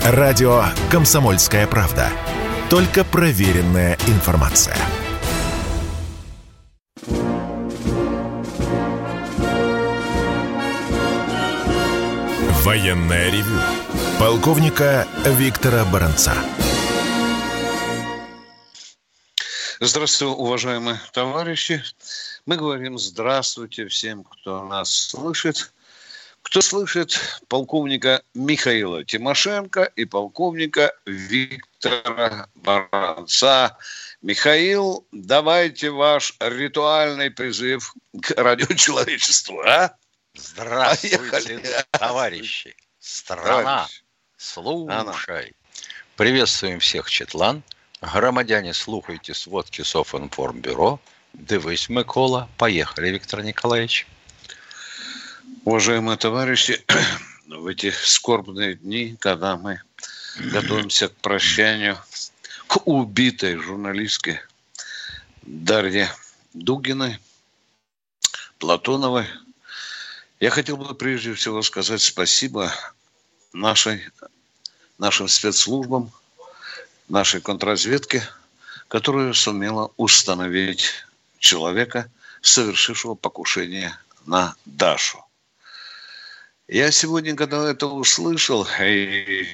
Радио «Комсомольская правда». Только проверенная информация. Военное ревю полковника Виктора Баранца. Здравствуйте, уважаемые товарищи. Мы говорим здравствуйте всем, кто нас слышит. Кто слышит полковника Михаила Тимошенко и полковника Виктора Баранца. Михаил, давайте ваш ритуальный призыв к радиочеловечеству, а? Здравствуйте, товарищи. Страна, слушай. Приветствуем всех, Четлан. Громадяне, слухайте сводки Софинформбюро. Дивись, Микола. Поехали, Виктор Николаевич. Уважаемые товарищи, в эти скорбные дни, когда мы готовимся к прощанию, к убитой журналистке Дарье Дугиной, Платоновой, я хотел бы прежде всего сказать спасибо нашим спецслужбам, нашей контрразведке, которая сумела установить человека, совершившего покушение на Дашу. Я сегодня, когда это услышал, и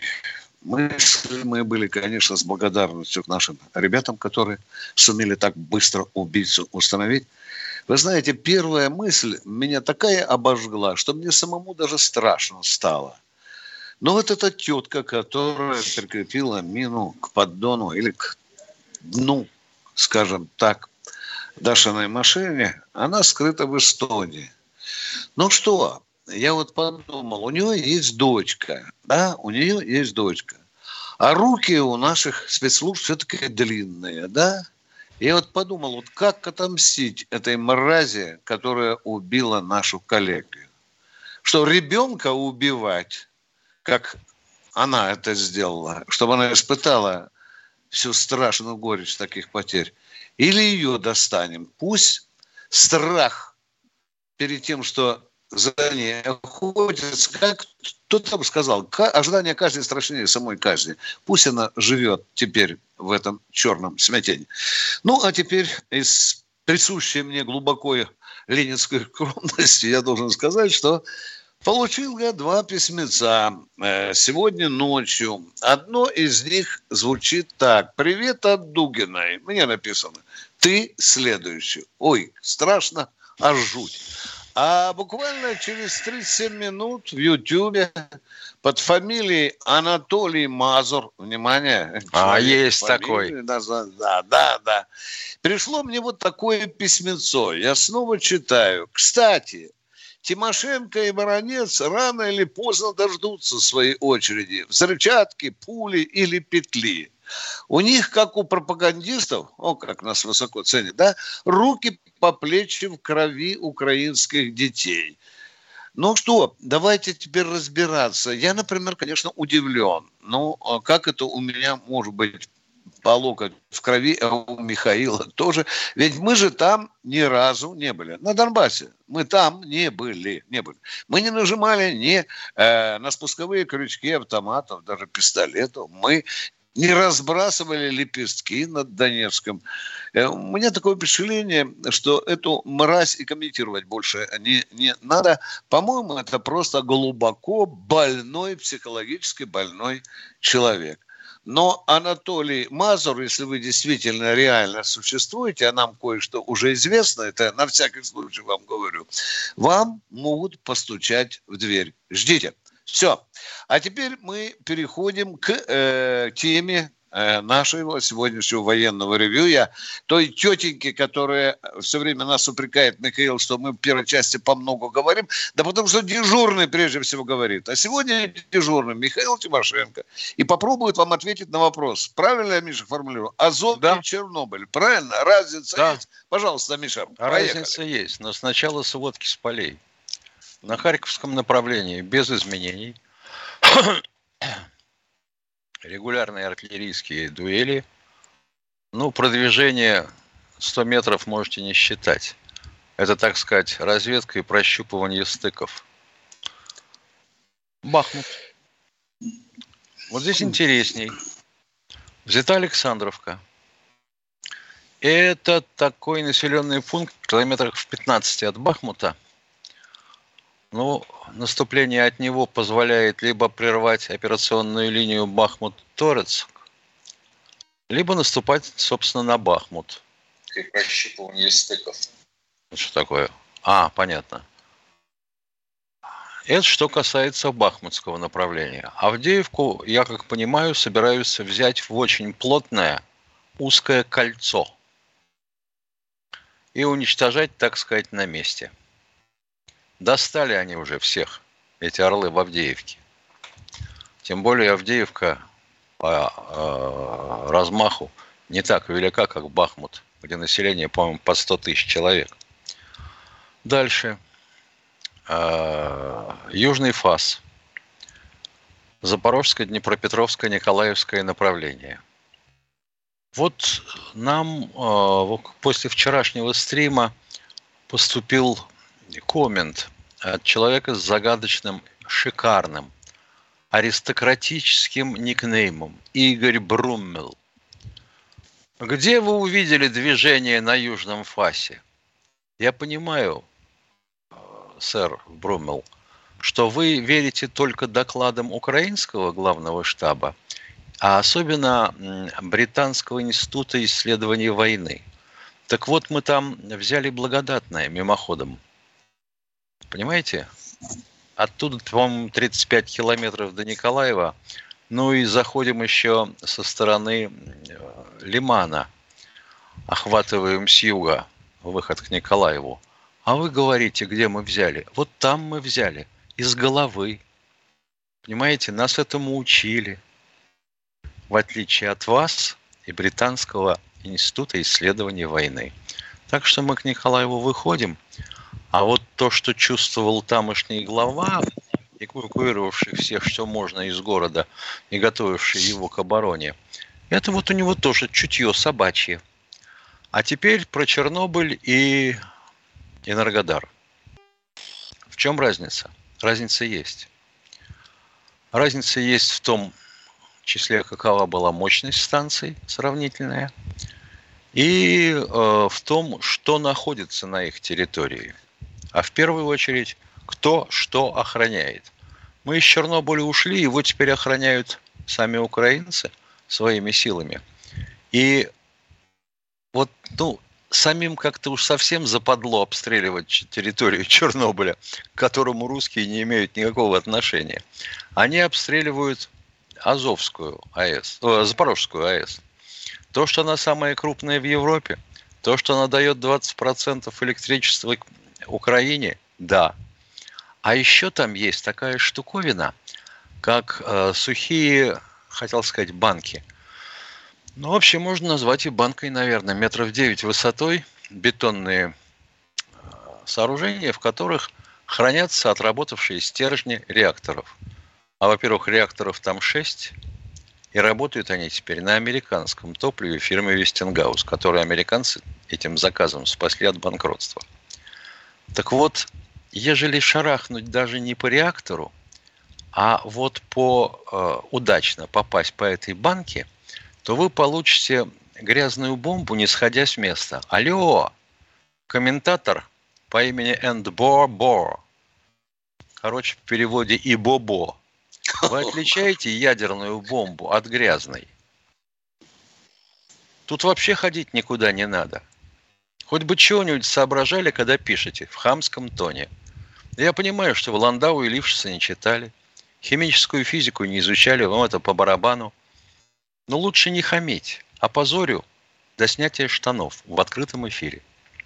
мы были, конечно, с благодарностью к нашим ребятам, которые сумели так быстро убийцу установить. Вы знаете, первая мысль меня такая обожгла, что мне самому даже страшно стало. Но вот эта тетка, которая прикрепила мину к поддону или к дну, скажем так, Дашиной машине, она скрыта в Эстонии. Ну что, я вот подумал, у нее есть дочка, да, у нее есть дочка. А руки у наших спецслужб все-таки длинные, да? Я вот подумал, вот как отомстить этой мрази, которая убила нашу коллегу? Что ребенка убивать, как она это сделала, чтобы она испытала всю страшную горечь таких потерь? Или ее достанем? Пусть страх перед тем, что за ней охотятся, как кто там сказал, ожидание казни страшнее самой казни. Пусть она живет теперь в этом черном смятении. Ну, а теперь из присущей мне глубоко ленинской скромности я должен сказать, что получил я 2 письмеца сегодня ночью. Одно из них звучит так. «Привет от Дугиной». Мне написано: «Ты следующий». Ой, страшно, аж жуть. А буквально через 37 минут в Ютьюбе под фамилией Анатолий Мазур, внимание, есть такой. Да. Пришло мне вот такое письмецо. Я снова читаю. Кстати, Тимошенко и Баранец рано или поздно дождутся своей очереди. Взрывчатки, пули или петли. У них, как у пропагандистов, как нас высоко ценят, да, руки по плечи в крови украинских детей. Ну что, давайте теперь разбираться. Я, например, конечно, удивлен. Ну, как это у меня может быть по локоть в крови, а у Михаила тоже? Ведь мы же там ни разу не были. На Донбассе мы там не были. Мы не нажимали ни на спусковые крючки автоматов, даже пистолетов. Мы не разбрасывали лепестки над Донецком. У меня такое впечатление, что эту мразь и комментировать больше не надо. По-моему, это просто глубоко больной, психологически больной человек. Но Анатолий Мазур, если вы действительно реально существуете, а нам кое-что уже известно, это на всякий случай вам говорю, вам могут постучать в дверь. Ждите. Все. А теперь мы переходим к теме нашего сегодняшнего военного ревью. Той тетеньке, которая все время нас упрекает, Михаил, что мы в первой части по много говорим, да потому что дежурный прежде всего говорит. А сегодня дежурный Михаил Тимошенко. И попробует вам ответить на вопрос. Правильно я, Миша, формулирую? Азов и Чернобыль. Правильно? Разница есть? Пожалуйста, Миша, поехали. Разница есть, но сначала сводки с полей. На Харьковском направлении без изменений. Регулярные артиллерийские дуэли. Продвижение 100 метров можете не считать. Это, так сказать, разведка и прощупывание стыков. Бахмут. Вот здесь интересней. Взята Александровка. Это такой населенный пункт в километрах в 15 от Бахмута. Ну, наступление от него позволяет либо прервать операционную линию Бахмут-Торецк, либо наступать, собственно, на Бахмут. Как прощупывание стыков. Что такое? Понятно. Это что касается бахмутского направления. Авдеевку, я как понимаю, собираются взять в очень плотное узкое кольцо и уничтожать, так сказать, на месте. Достали они уже всех, эти орлы в Авдеевке. Тем более Авдеевка по размаху не так велика, как Бахмут, где население, по-моему, под 100 тысяч человек. Дальше. Южный фас. Запорожское, Днепропетровское, Николаевское направление. Вот нам после вчерашнего стрима поступил коммент от человека с загадочным, шикарным, аристократическим никнеймом Игорь Бруммел. Где вы увидели движение на Южном фасе? Я понимаю, сэр Бруммел, что вы верите только докладам украинского главного штаба, а особенно Британского института исследований войны. Так вот, мы там взяли благодатное мимоходом. Понимаете? Оттуда, по-моему, 35 километров до Николаева. Ну и заходим еще со стороны Лимана. Охватываем с юга выход к Николаеву. А вы говорите, где мы взяли? Вот там мы взяли. Из головы. Понимаете, нас этому учили. В отличие от вас и Британского института исследований войны. Так что мы к Николаеву выходим. А вот то, что чувствовал тамошний глава, эвакуировавший всех, что можно из города, и готовивший его к обороне, это вот у него тоже чутье собачье. А теперь про Чернобыль и Энергодар. В чем разница? Разница есть. Разница есть в том числе, какова была мощность станций сравнительная, и в том, что находится на их территории. А в первую очередь, кто что охраняет. Мы из Чернобыля ушли, его теперь охраняют сами украинцы своими силами. И вот, самим как-то уж совсем западло обстреливать территорию Чернобыля, к которому русские не имеют никакого отношения. Они обстреливают Азовскую АЭС, Запорожскую АЭС. То, что она самая крупная в Европе, то, что она дает 20% электричества Украине, да. А еще там есть такая штуковина, как сухие, хотел сказать, банки. В общем, можно назвать и банкой, наверное, 9 метров высотой, бетонные сооружения, в которых хранятся отработавшие стержни реакторов. А, во-первых, реакторов там 6, и работают они теперь на американском топливе фирмы Westinghouse, которые американцы этим заказом спасли от банкротства. Так вот, ежели шарахнуть даже не по реактору, а вот удачно попасть по этой банке, то вы получите грязную бомбу, не сходя с места. Алло, комментатор по имени Эндбор-Бор. Короче, в переводе «и-бо-бо». Вы отличаете ядерную бомбу от грязной? Тут вообще ходить никуда не надо. Хоть бы чего-нибудь соображали, когда пишете в хамском тоне. Я понимаю, что вы Ландау и Лившица не читали, химическую физику не изучали, вам это по барабану. Но лучше не хамить, а позорю до снятия штанов в открытом эфире.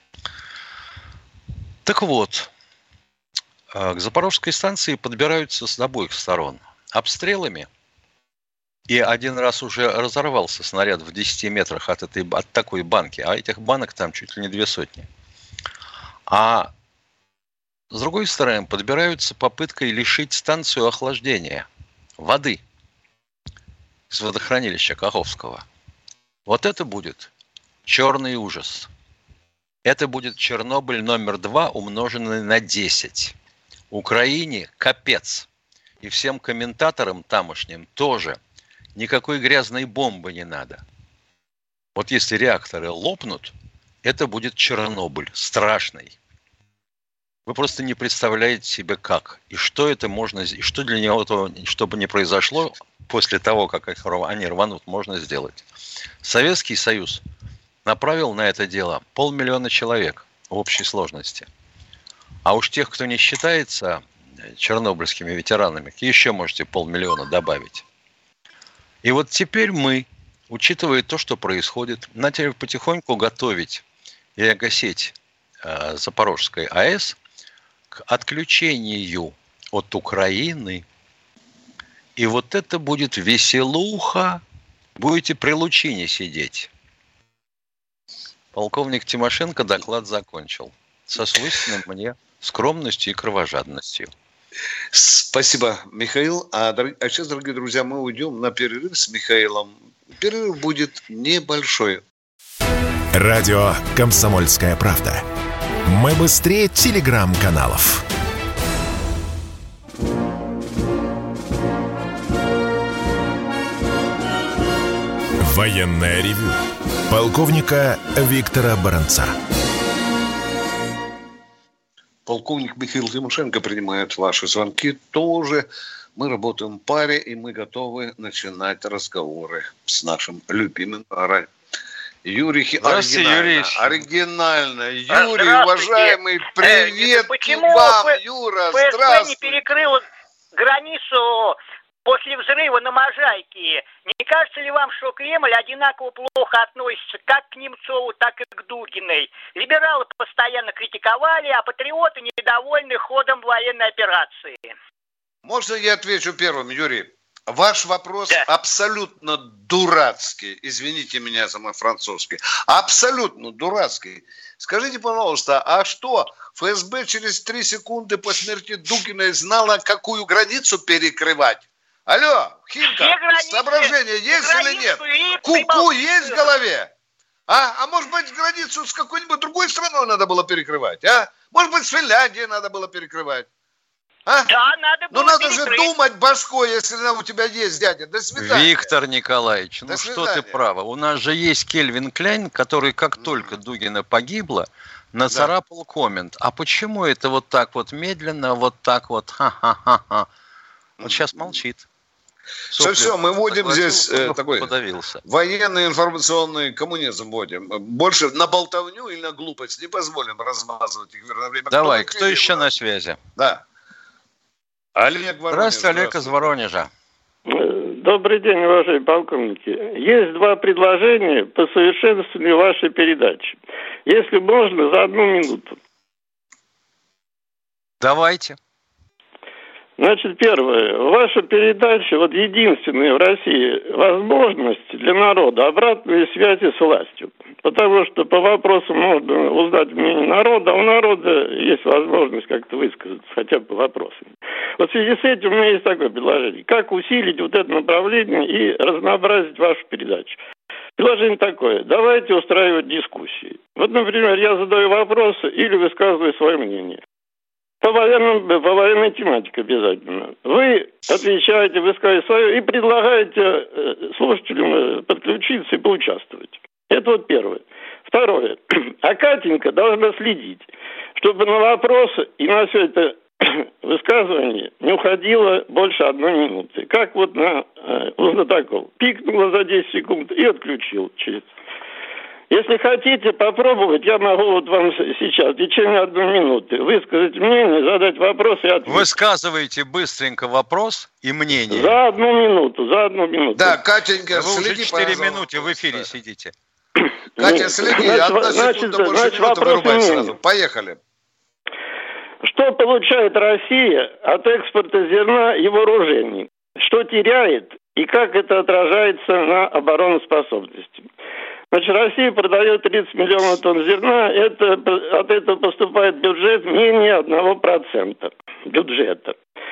Так вот, к Запорожской станции подбираются с обоих сторон обстрелами. И один раз уже разорвался снаряд в 10 метрах от такой банки, а этих банок там чуть ли не 200. А с другой стороны подбираются попыткой лишить станцию охлаждения, воды с водохранилища Каховского. Вот это будет черный ужас. Это будет Чернобыль номер 2, умноженный на 10. Украине капец. И всем комментаторам тамошним тоже. никакой грязной бомбы не надо. Вот если реакторы лопнут, это будет Чернобыль, страшный. Вы просто не представляете себе как. И что это можно, и что для него, чтобы не произошло, после того, как они рванут, можно сделать. Советский Союз направил на это дело 500 000 человек в общей сложности. А уж тех, кто не считается чернобыльскими ветеранами, еще можете 500 000 добавить. И вот теперь мы, учитывая то, что происходит, начали потихоньку готовить энергосеть Запорожской АЭС к отключению от Украины. И вот это будет веселуха. Будете при лучине сидеть. Полковник Тимошенко доклад закончил. Со свойственной мне скромностью и кровожадностью. Спасибо, Михаил. А сейчас, дорогие друзья, мы уйдем на перерыв с Михаилом. Перерыв будет небольшой. Радио «Комсомольская правда». Мы быстрее телеграм-каналов. Военное ревю полковника Виктора Баранца. Полковник Михаил Тимошенко принимает ваши звонки. Тоже мы работаем в паре, и мы готовы начинать разговоры с нашим любимым Юрий. Оригинально. Юрий, уважаемый, привет вам, Юра. ФСБ не перекрыл границу после взрыва на Можайке. Не кажется ли вам, что Кремль одинаково плохо относится как к Немцову, так и к Дугиной? Либералы постоянно критиковали, а патриоты недовольны ходом военной операции. Можно я отвечу первым, Юрий? Ваш вопрос абсолютно дурацкий. Извините меня за мой французский. Абсолютно дурацкий. Скажите, пожалуйста, а что, ФСБ через 3 секунды по смерти Дугиной знала, какую границу перекрывать? Алло, Химка, соображение есть или нет? Ку-ку есть в голове? А может быть, границу с какой-нибудь другой страной надо было перекрывать? А? Может быть, с Финляндией надо было перекрывать? А? Да, надо было надо же думать башкой, если она у тебя есть, дядя. До свидания. Виктор Николаевич, ну что ты прав. У нас же есть Кельвин Кляйн, который, как только Дугина погибла, нацарапал коммент. А почему это вот так вот медленно, вот так вот, ха-ха-ха-ха? Вот сейчас молчит. Все, мы вводим здесь такой военный информационный коммунизм вводим. Больше на болтовню или на глупость не позволим размазывать их в верное время. Давай, кто еще на связи? Да. Олег Воронеж. Здравствуйте, Олег из Воронежа. Добрый день, уважаемые полковники. Есть 2 предложения по совершенствованию вашей передачи. Если можно, за 1 минуту. Давайте. Значит, первое. Ваша передача, вот единственная в России возможность для народа обратной связи с властью. Потому что по вопросу можно узнать мнение народа, а у народа есть возможность как-то высказаться, хотя бы по вопросам. Вот в связи с этим у меня есть такое предложение. Как усилить вот это направление и разнообразить вашу передачу? Предложение такое. Давайте устраивать дискуссии. Вот, например, я задаю вопросы или высказываю свое мнение. По военной тематике обязательно. Вы отвечаете, высказываете свое и предлагаете слушателям подключиться и поучаствовать. Это вот первое. Второе. А Катенька должна следить, чтобы на вопросы и на все это высказывание не уходило больше 1 минуты. Как вот на такого. Пикнула за 10 секунд и отключил через... Если хотите попробовать, я могу вот вам сейчас в течение 1 минуты высказать мнение, задать вопрос и ответить. Высказывайте быстренько вопрос и мнение. За 1 минуту. Да, Катенька, вы уже 4 минуты в эфире сидите. Катя, следи, 1 секунда больше минуты вырубай сразу. Поехали. Что получает Россия от экспорта зерна и вооружений? Что теряет и как это отражается на обороноспособности? Значит, Россия продает 30 миллионов тонн зерна, от этого поступает в бюджет менее 1% бюджета.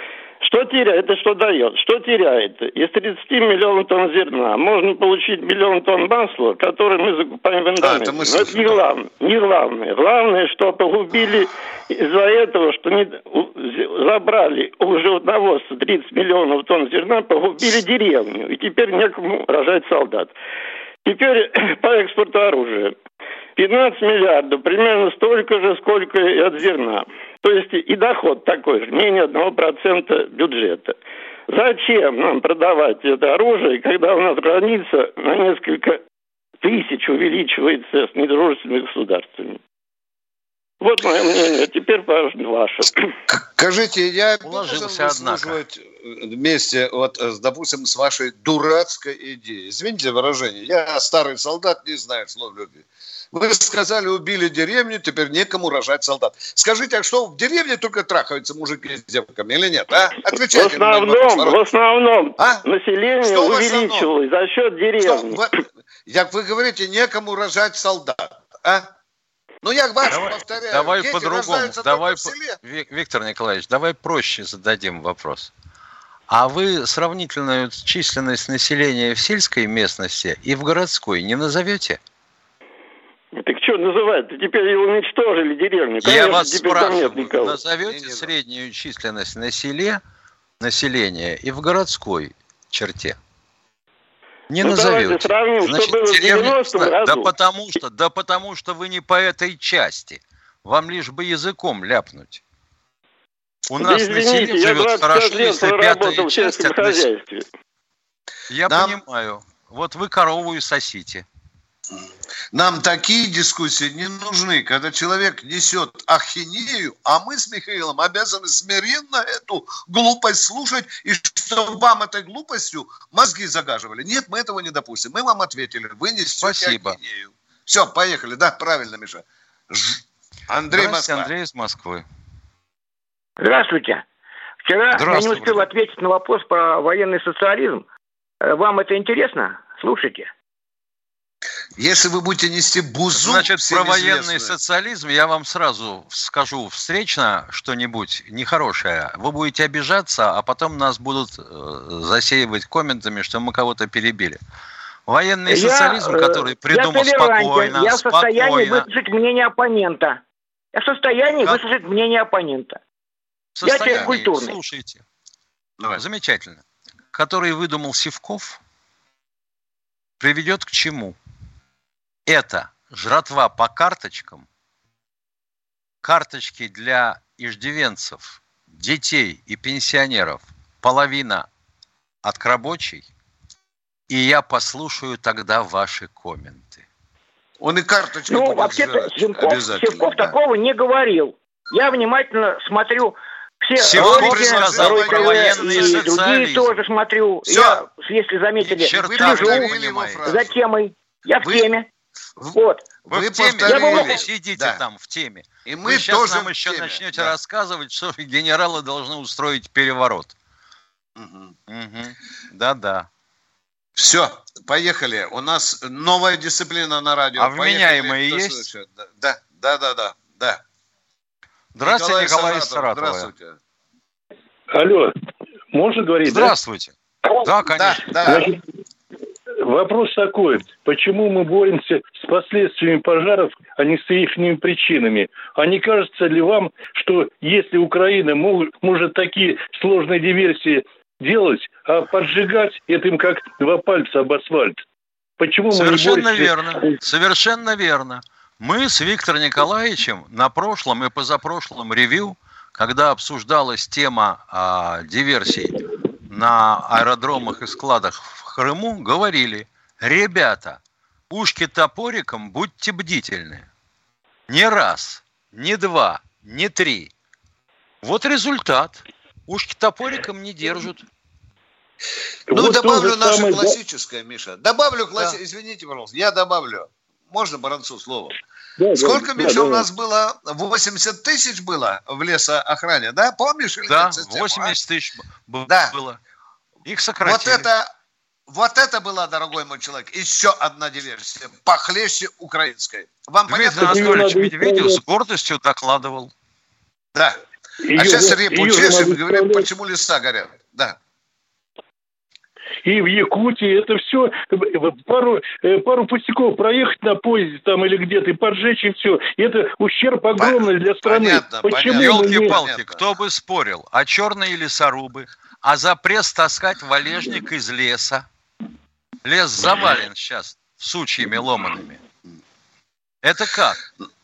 Что теряет? Это что дает? Что теряет? Из 30 миллионов тонн зерна можно получить миллион тонн масла, которое мы закупаем в интернете. Но это не главное. Не главное. Главное, что погубили из-за этого, что забрали у животноводства 30 миллионов тонн зерна, погубили деревню. И теперь некому рожать солдат. Теперь по экспорту оружия. 15 миллиардов, примерно столько же, сколько и от зерна. То есть и доход такой же, менее 1% бюджета. Зачем нам продавать это оружие, когда у нас граница на несколько тысяч увеличивается с недружественными государствами? Вот мое мнение. Теперь, пожалуйста, ваше. Скажите, я обязан выслушивать вместе, вот, допустим, с вашей дурацкой идеей. Извините за выражение. Я старый солдат, не знаю слов любви. Вы сказали, убили деревню, теперь некому рожать солдат. Скажите, а что, в деревне только трахаются мужики с девками или нет? А? Отвечайте в основном население что увеличилось за счет деревни. Вы говорите, некому рожать солдат. А? Ну, я вас повторяю. Давай по-другому. Виктор Николаевич, давай проще зададим вопрос. А вы сравнительную численность населения в сельской местности и в городской не назовете? Так что называют? Теперь его уничтожили, деревню. Конечно, я вас спрашиваю, назовете среднюю численность населения и в городской черте? Не назовете. Сравним, значит, что было в 90-м году. Да потому что вы не по этой части. Вам лишь бы языком ляпнуть. У нас на селе живет хорошо, если пятая часть от населения. Я понимаю. Вот вы корову и сосите. Нам такие дискуссии не нужны, когда человек несет ахинею, а мы с Михаилом обязаны смиренно эту глупость слушать, и чтобы вам этой глупостью мозги загаживали. Нет, мы этого не допустим. Мы вам ответили, вы несете ахинею. Все, поехали. Да, правильно, Миша. Андрей Москва. Андрей из Москвы. Здравствуйте. Вчера я не успел ответить на вопрос про военный социализм. Вам это интересно? Слушайте. Если вы будете нести бузу... Значит, про военный социализм я вам сразу скажу встречно что-нибудь нехорошее. Вы будете обижаться, а потом нас будут засеивать комментами, что мы кого-то перебили. Военный социализм, который придумал спокойно... Я в состоянии выслушать мнение оппонента. Я в состоянии выслушать мнение оппонента. Я человек культурный. Слушайте. Замечательно. Который выдумал Сивков, приведет к чему? Это жратва по карточкам, карточки для иждивенцев, детей и пенсионеров, половина от рабочей, и я послушаю тогда ваши комменты. Он и карточки будет вообще-то Сивков такого не говорил. Я внимательно смотрю все ролики, сказал про военный социализм. Другие тоже смотрю. Я, если заметили, слежу за темой. Я в теме. Вот. Вы в теме, сидите там в теме. И вы сейчас нам еще начнете рассказывать, что генералы должны устроить переворот. Да-да. Все, поехали. У нас новая дисциплина на радио. А вменяемые есть? Да. Здравствуйте, Николай из Саратова. Здравствуйте. Алло, можно говорить? Здравствуйте. Да, конечно. Значит, вопрос такой. Почему мы боремся с последствиями пожаров, а не с их причинами? А не кажется ли вам, что если Украина может такие сложные диверсии делать, а поджигать это им как два пальца об асфальт? Почему Совершенно верно. Совершенно верно. Мы с Виктором Николаевичем на прошлом и позапрошлом ревью, когда обсуждалась тема диверсий на аэродромах и складах в Крыму, говорили: ребята, ушки топориком, будьте бдительны. Не раз, не два, не три. Вот результат. Ушки топориком не держат. Ну, вот добавлю наше классическое, Миша. Добавлю классическое. Извините, пожалуйста, я добавлю. Можно Баранцу слово? Сколько, Миша, у нас было? 80 тысяч было в лесоохране, да? Помнишь? Да, 80 тысяч было. Их сократили. Вот это была, дорогой мой человек, еще одна диверсия, похлеще украинской. Вам Дмитрий Анатольевич Медведев с гордостью докладывал. Да. А сейчас репу чешем и говорим, почему леса горят. Да. И в Якутии это все пару пустяков проехать на поезде там или где-то и поджечь, и все. Это ущерб огромный для страны. Понятно, почему? Ёлки-палки, кто бы спорил, а черные лесорубы, а запрет таскать валежник из леса. Лес завален сейчас сучьями ломаными. Это как?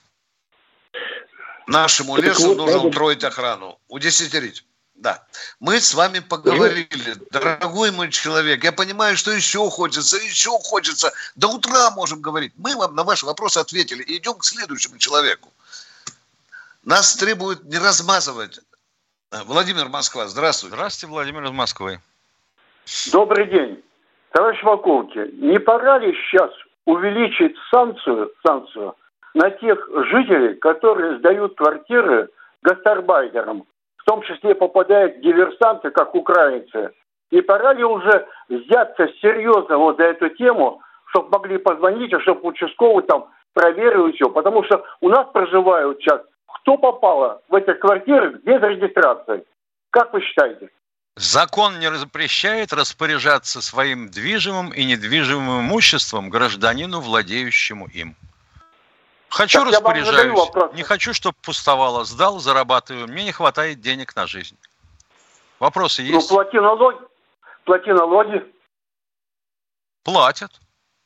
Нашему лесу нужно утроить охрану, удесятерить. Да. Мы с вами поговорили, дорогой мой человек. Я понимаю, что еще хочется. До утра можем говорить. Мы вам на ваши вопросы ответили. И идем к следующему человеку. Нас требуют не размазывать. Владимир, Москва, здравствуйте. Здравствуйте, Владимир из Москвы. Добрый день. Товарищ полковник, не пора ли сейчас увеличить санкцию на тех жителей, которые сдают квартиры гастарбайтерам? В том числе попадают диверсанты, как украинцы. Не пора ли уже взяться серьезно вот за эту тему, чтобы могли позвонить, и чтобы участковый там проверил все? Потому что у нас проживают сейчас, кто попало в эти квартиры без регистрации. Как вы считаете? Закон не запрещает распоряжаться своим движимым и недвижимым имуществом гражданину, владеющему им. Хочу — распоряжаюсь. Не хочу, чтобы пустовало. Сдал, зарабатываю. Мне не хватает денег на жизнь. Вопросы есть? Ну, плати налоги. Платят.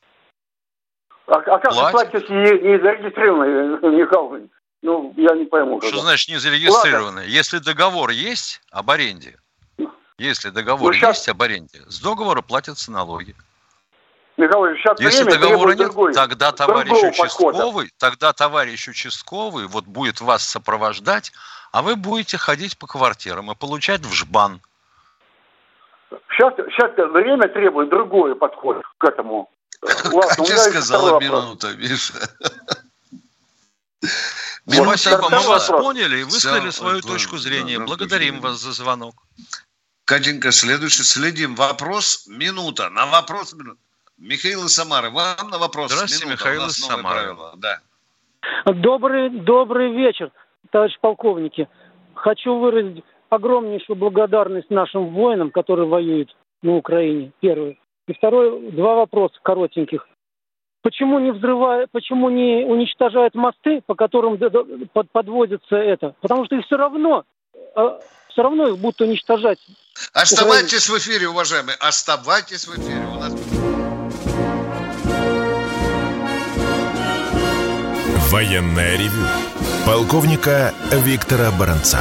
А как же платят, если не зарегистрированные, Михаил? Ну, я не пойму. Что значит не зарегистрированные? Если договор есть об аренде, есть об аренде, с договора платятся налоги. Михаил, сейчас если договора нет, тогда товарищ участковый вот будет вас сопровождать, а вы будете ходить по квартирам и получать вжбан. Сейчас время требует другой подход к этому. Как я сказала, минута, Миша. Спасибо, мы вас поняли и высказали свою точку зрения. Благодарим вас за звонок. Катенька, следим. Вопрос минута. На вопрос минута. Михаил из Самары, вам на вопрос. Здравствуйте, минута. Михаил из Самары. Да. Добрый вечер, товарищ полковники. Хочу выразить огромнейшую благодарность нашим воинам, которые воюют на Украине, первый. И второй, два вопроса коротеньких. Почему не уничтожают мосты, по которым подводится это? Потому что их все равно их будут уничтожать. Оставайтесь в эфире, уважаемые. Оставайтесь в эфире. У нас... Военное ревю полковника Виктора Баранца.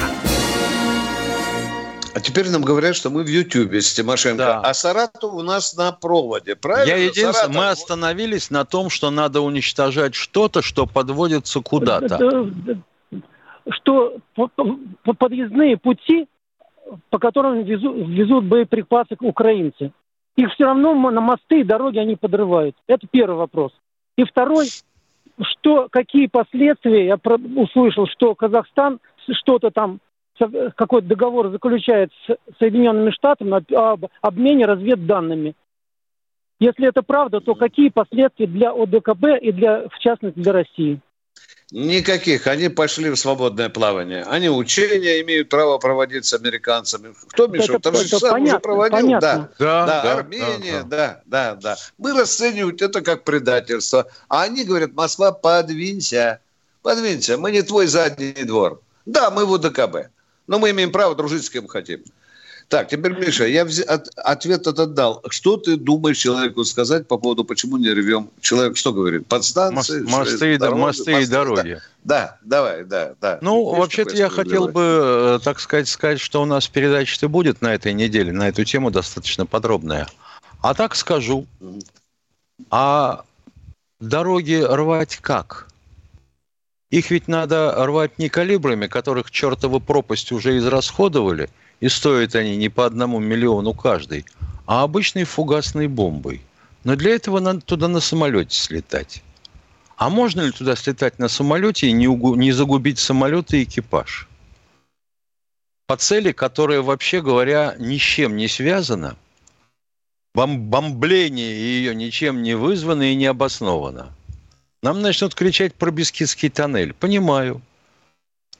А теперь нам говорят, что мы в Ютьюбе с Тимошенко, да. А Саратов у нас на проводе, правильно? Мы остановились на том, что надо уничтожать что-то, что подводится куда-то. Что подъездные пути, по которым везут боеприпасы украинцы, их все равно на мосты и дороги они подрывают. Это первый вопрос. И второй, какие последствия, я услышал, что Казахстан что-то там, какой-то договор заключает с Соединенными Штатами об обмене разведданными. Если это правда, то какие последствия для ОДКБ и в частности, для России? Никаких. Они пошли в свободное плавание. Они учения имеют право проводить с американцами. Кто, Миша? Таджикистан уже проводил? Понятно. Да, Армения, да. Мы расцениваем это как предательство. А они говорят, Москва, подвинься. Мы не твой задний двор. Да, мы в ОДКБ. Но мы имеем право дружить с кем хотим. Так, теперь, Миша, я ответ этот дал. Что ты думаешь человеку сказать по поводу, почему не рвем? Человек что говорит? Подстанции? Мосты и дороги. Да, давай. Ну, вообще-то я хотел бы, так сказать, что у нас передача-то будет на этой неделе, на эту тему достаточно подробная. А так скажу. А дороги рвать как? Их ведь надо рвать не калибрами, которых чертовы пропасть уже израсходовали, и стоят они не по 1 миллиону каждый, а обычной фугасной бомбой. Но для этого надо туда на самолете слетать. А можно ли туда слетать на самолете и не загубить самолет и экипаж? По цели, которая, вообще говоря, ни с чем не связана, бомбление ее ничем не вызвано и не обосновано. Нам начнут кричать про Бескидский тоннель. Понимаю.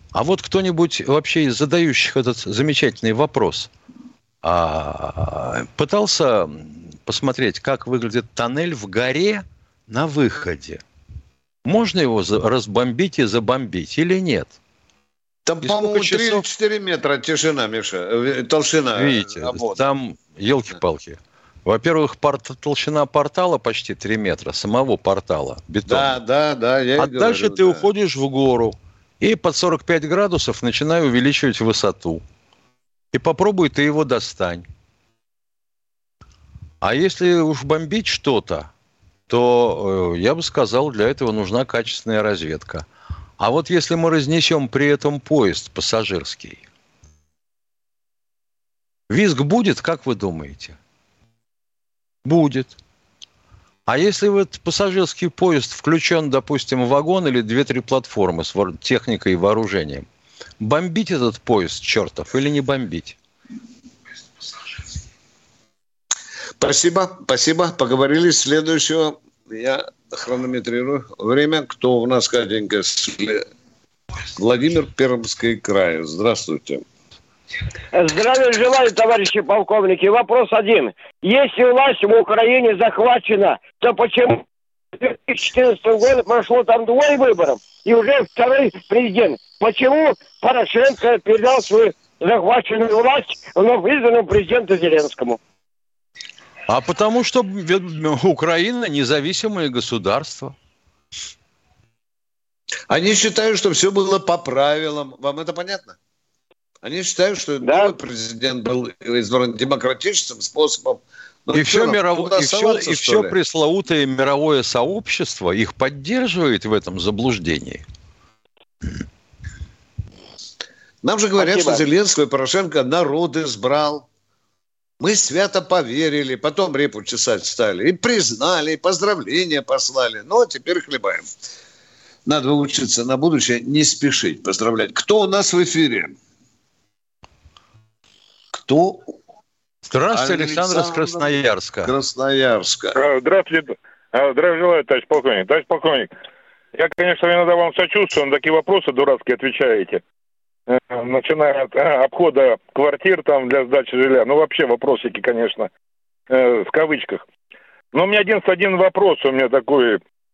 А вот кто-нибудь вообще из задающих этот замечательный вопрос пытался посмотреть, как выглядит тоннель в горе на выходе? Можно его разбомбить и забомбить или нет? Там, по-моему, 3 или 4 метра тишина, Миша, толщина. Видите, там елки-палки. Во-первых, толщина портала почти 3 метра, самого портала, бетона. Да, я и говорю. А дальше ты уходишь в гору, и под 45 градусов начинай увеличивать высоту. И попробуй ты его достань. А если уж бомбить что-то, то я бы сказал, для этого нужна качественная разведка. А вот если мы разнесем при этом поезд пассажирский, визг будет, как вы думаете? Будет. А если в этот пассажирский поезд включен, допустим, вагон или 2-3 платформы с техникой и вооружением, бомбить этот поезд, чертов, или не бомбить? Спасибо. Поговорили. Следующего я хронометрирую время. Кто у нас, Катенька? Владимир, Пермский край. Здравствуйте. Здравия желаю, товарищи полковники. Вопрос один. Если власть в Украине захвачена, то почему в 2014 году прошло там 2 выборов, и уже 2-й президент? Почему Порошенко передал свою захваченную власть вновь избранному президенту Зеленскому? А потому что Украина независимое государство. Они считают, что все было по правилам. Вам это понятно? Они считают, что новый президент был избран демократическим способом. И все пресловутое мировое сообщество их поддерживает в этом заблуждении. Нам же говорят, что Зеленского и Порошенко народ избрал. Мы свято поверили, потом репу чесать стали. И признали, и поздравления послали. Ну, а теперь хлебаем. Надо учиться на будущее не спешить поздравлять. Кто у нас в эфире? Кто? Здравствуйте, Александр из Красноярска. Здравствуйте. Здравия желаю, товарищ полковник. Товарищ полковник, я, конечно, иногда вам сочувствую, на такие вопросы дурацкие отвечаете. Начиная от обхода квартир там для сдачи жилья. Ну, вообще вопросики, конечно, в кавычках. Но у меня один вопрос у меня такой.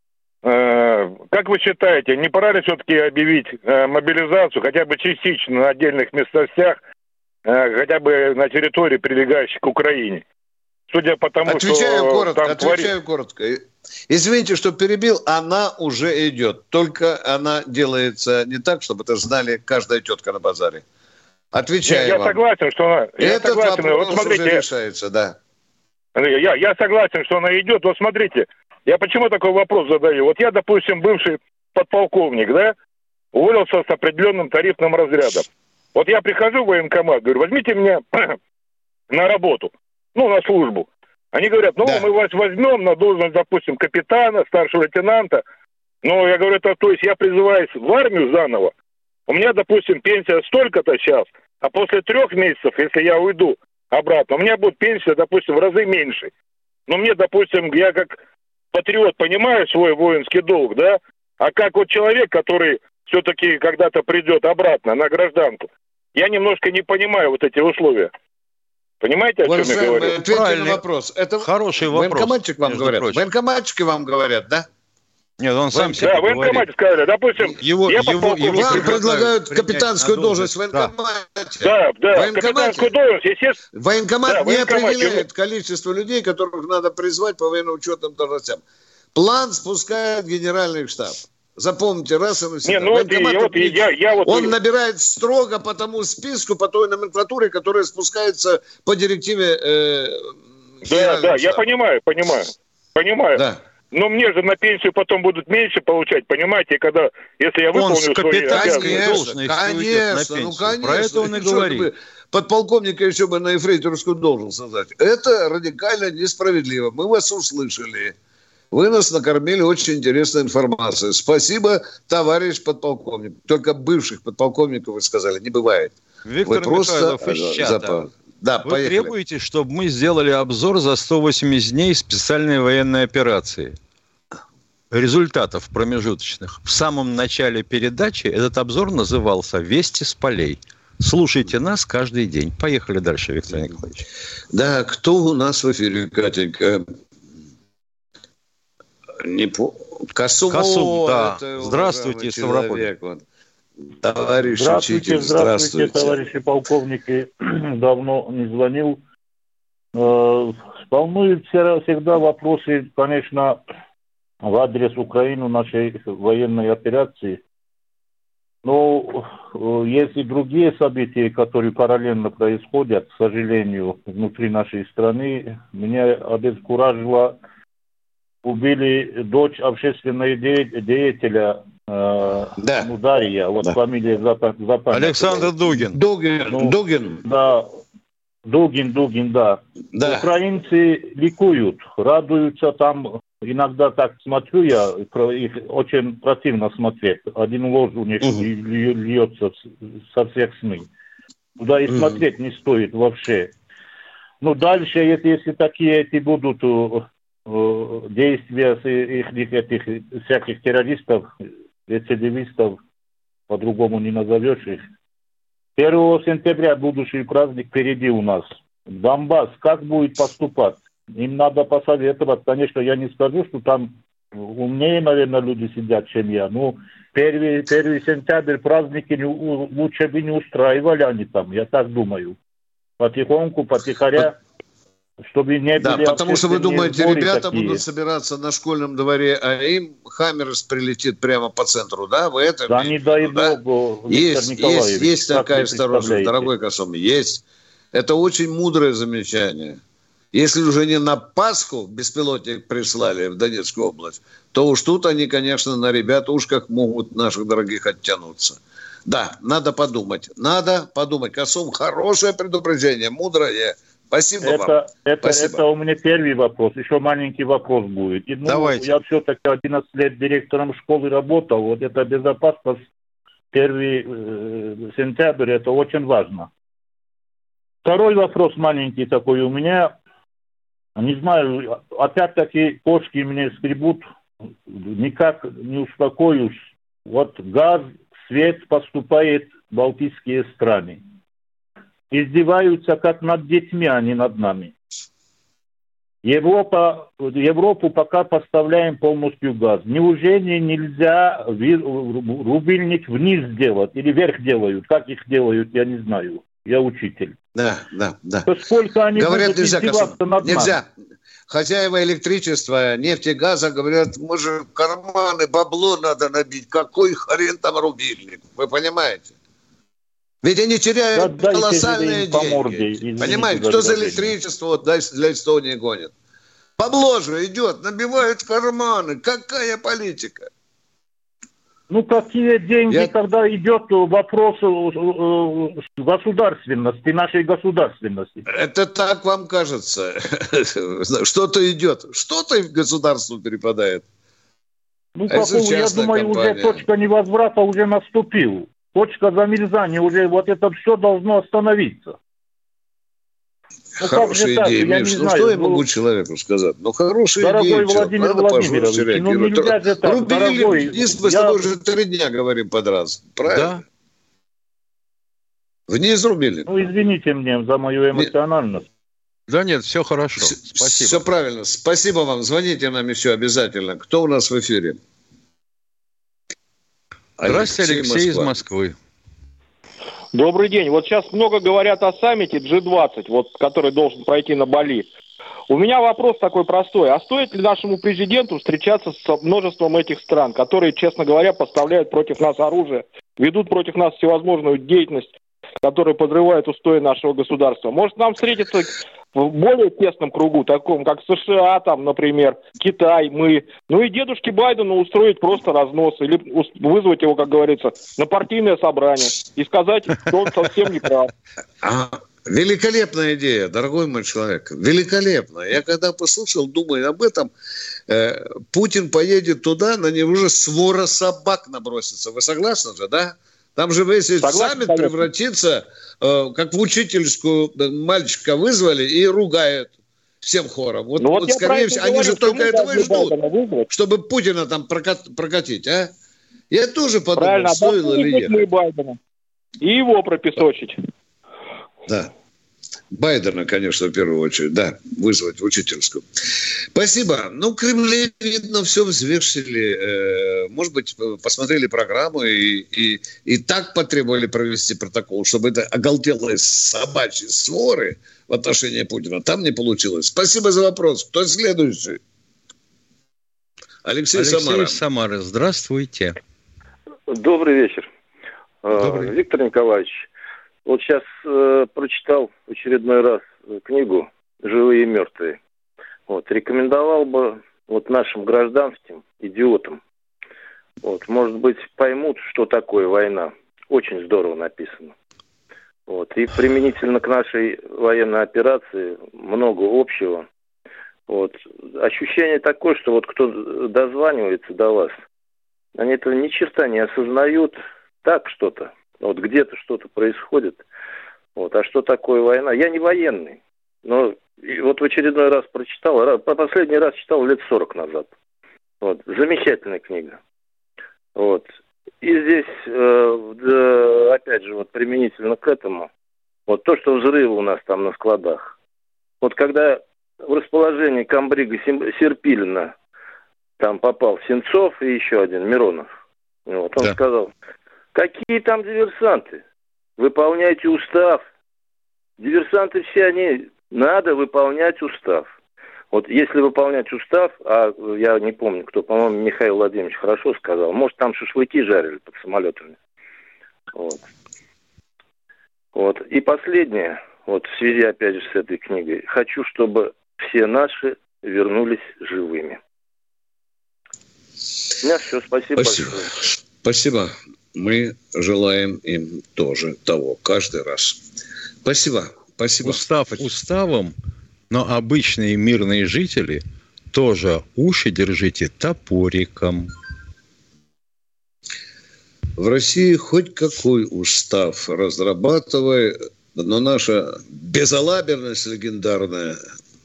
Как вы считаете, не пора ли все-таки объявить мобилизацию, хотя бы частично на отдельных местностях, хотя бы на территории, прилегающей к Украине? Судя по тому, Отвечаю коротко. Извините, что перебил, она уже идет. Только она делается не так, чтобы это знали каждая тетка на базаре. Отвечаю вам. Я согласен, что она... Этот вопрос вот смотрите, уже решается, да. Я согласен, что она идет. Вот смотрите, я почему такой вопрос задаю? Вот я, допустим, бывший подполковник, да, уволился с определенным тарифным разрядом. Вот я прихожу в военкомат, говорю, возьмите меня на работу, на службу. Они говорят, мы вас возьмем на должность, допустим, капитана, старшего лейтенанта. Но я говорю, то есть я призываюсь в армию заново. У меня, допустим, пенсия столько-то сейчас, а после 3 месяцев, если я уйду обратно, у меня будет пенсия, допустим, в разы меньше. Но мне, допустим, я как патриот понимаю свой воинский долг, да, а как вот человек, который все-таки когда-то придет обратно на гражданку, я немножко не понимаю вот эти условия. Понимаете, о чем я говорю? Ответьте на вопрос. Это хороший вопрос. Военкоматчик вам говорят? Военкоматчики вам говорят, да? Нет, он сам себе говорит. Да, военкомате сказали. Допустим, вам предлагают капитанскую должность в военкомате. Да, капитанскую должность, естественно. Военкомат не определяет количество людей, которых надо призвать по военно-учетным должностям. План спускает генеральный штаб. Запомните раз и навсегда. Он набирает строго по тому списку, по той номенклатуре, которая спускается по директиве Да, я понимаю. Да. Но мне же на пенсию потом будут меньше получать, понимаете, если я выполню свои обязанности. Конечно. Про это он и говорит. Подполковника еще бы на ефрейторскую должность создать. Это радикально несправедливо. Мы вас услышали. Вы нас накормили очень интересной информацией. Спасибо, товарищ подполковник. Только бывших подполковников, вы сказали, не бывает. Виктор Михайлов из чата. Да, вы требуете, чтобы мы сделали обзор за 180 дней специальной военной операции? результатов промежуточных. В самом начале передачи этот обзор назывался «Вести с полей». Слушайте нас каждый день. Поехали дальше, Виктор Николаевич. Да, кто у нас в эфире, Катенька? Касум, да. Здравствуйте, Ставрополь. Товарищ учитель, здравствуйте, товарищи полковники. Давно не звонил. Волнуют всегда вопросы, конечно, в адрес Украины, нашей военной операции. Но есть и другие события, которые параллельно происходят, к сожалению, внутри нашей страны. Меня обескуражило, убили дочь общественного деятеля Дарья, вот фамилия запомнила. Александр Дугин. Дугин. Да. Дугин, да. Украинцы ликуют, радуются там. Иногда так смотрю я, их очень противно смотреть. Один ложь у них льется со всех СМИ. Туда и смотреть не стоит вообще. Ну, дальше, если такие эти будут действия этих всяких террористов, рецидивистов, по-другому не назовешь их. 1 сентября будущий праздник впереди у нас. Донбасс как будет поступать? Им надо посоветовать. Конечно, я не скажу, что там умнее, наверное, люди сидят, чем я. Ну, 1 сентябрь праздники лучше бы не устраивали они там, я так думаю. Потихоньку, потихоря, чтобы не были... Да, потому что вы думаете, ребята такие будут собираться на школьном дворе, а им Хаммерс прилетит прямо по центру, да? Вы это да, не дай бог, есть такая осторожность, дорогой Касум, есть. Это очень мудрое замечание. Если уже не на Пасху беспилотник прислали в Донецкую область, то уж тут они, конечно, на ребят уж как могут наших дорогих оттянуться. Да, надо подумать. Касум, хорошее предупреждение, мудрое. Спасибо вам. Это у меня первый вопрос. Еще маленький вопрос будет. Давайте. Я все-таки 11 лет директором школы работал. Вот эта безопасность 1 сентября, это очень важно. Второй вопрос маленький такой у меня. Не знаю, опять-таки кошки меня скребут, никак не успокоюсь. Вот газ, свет поступает в балтийские страны. Издеваются как над детьми, а не над нами. Европу пока поставляем полностью газ. Неужели нельзя рубильник вниз сделать или вверх делают? Как их делают, я не знаю. Я учитель. Да. Сколько они говорят, будут издеваться над нами? Нельзя. Хозяева электричества, нефти, газа говорят, мы же карманы, бабло надо набить. Какой хрен там рубильник? Вы понимаете? Ведь они теряют колоссальные деньги. Понимаете, кто за электричество вот для Эстонии гонит? Бабло же идет, набивают карманы. Какая политика? Ну, какие деньги, когда идет вопрос государственности, нашей государственности? Это так вам кажется. Что-то идет. Что-то в государству перепадает. Ну, я думаю, уже точка невозврата уже наступила. Точка замерзания уже, вот это все должно остановиться. Хорошая идея, Миш. Что я могу человеку сказать? Хорошая идея. Дорогой Владимир Владимирович, нельзя же так, рубили вниз, мы с тобой уже 3 дня говорим подраз. Правильно? Да. Вниз рубили. Извините мне за мою эмоциональность. Да нет, все хорошо. Спасибо. Все правильно. Спасибо вам. Звоните нам еще обязательно. Кто у нас в эфире? Здравствуйте, Алексей из Москвы. Добрый день. Вот сейчас много говорят о саммите G20, который должен пройти на Бали. У меня вопрос такой простой. А стоит ли нашему президенту встречаться с множеством этих стран, которые, честно говоря, поставляют против нас оружие, ведут против нас всевозможную деятельность, которая подрывает устои нашего государства? Может, нам встретиться в более тесном кругу, таком как США, там, например, Китай, мы. Ну и дедушке Байдену устроить просто разнос или вызвать его, как говорится, на партийное собрание и сказать, что он совсем не прав. Великолепная идея, дорогой мой человек. Великолепно. Я когда послушал, думаю об этом, Путин поедет туда, на него уже свора собак набросится. Вы согласны же, да? Там же весь саммит превратится, как в учительскую, мальчика вызвали и ругают. всем хором. Вот, Ну, вот скорее всего, они же только этого и ждут, чтобы Путина там прокатить, а? Я тоже подумал, правильно, стоило ли ехать. Байдена. И его пропесочить. Да. Байдена, конечно, в первую очередь, да, вызвать в учительскую. Спасибо. Ну, Кремле, видно, все взвешивали. Может быть, посмотрели программу и так потребовали провести протокол, чтобы это оголтелые собачьи своры в отношении Путина там не получилось. Спасибо за вопрос. Кто следующий? Алексей из Самары. Здравствуйте. Добрый вечер. Добрый. Виктор Николаевич, вот сейчас прочитал в очередной раз книгу «Живые и мертвые». Вот, рекомендовал бы вот нашим гражданским идиотам, вот, может быть, поймут, что такое война. Очень здорово написано. Вот, и применительно к нашей военной операции много общего. Вот. Ощущение такое, что вот кто дозванивается до вас, они этого ни черта не осознают. Так что-то, вот где-то что-то происходит. Вот. А что такое война? Я не военный, но вот в очередной раз прочитал, последний раз читал лет 40 назад. Вот. Замечательная книга. Вот. И здесь, опять же, вот применительно к этому, вот то, что взрывы у нас там на складах. Вот когда в расположении комбрига Серпилина там попал Сенцов и еще один, Миронов. Вот, он сказал, какие там диверсанты? Выполняйте устав. Диверсанты все они, надо выполнять устав. Вот если выполнять устав, а я не помню, кто, по-моему, Михаил Владимирович хорошо сказал, может, там шашлыки жарили под самолетами. Вот. Вот. И последнее, вот в связи опять же с этой книгой, хочу, чтобы все наши вернулись живыми. У меня все, спасибо большое. Спасибо. Мы желаем им тоже того, каждый раз. Спасибо. Спасибо. Устав уставом, но обычные мирные жители тоже уши держите топориком. В России хоть какой устав разрабатывай, но наша безалаберность легендарная,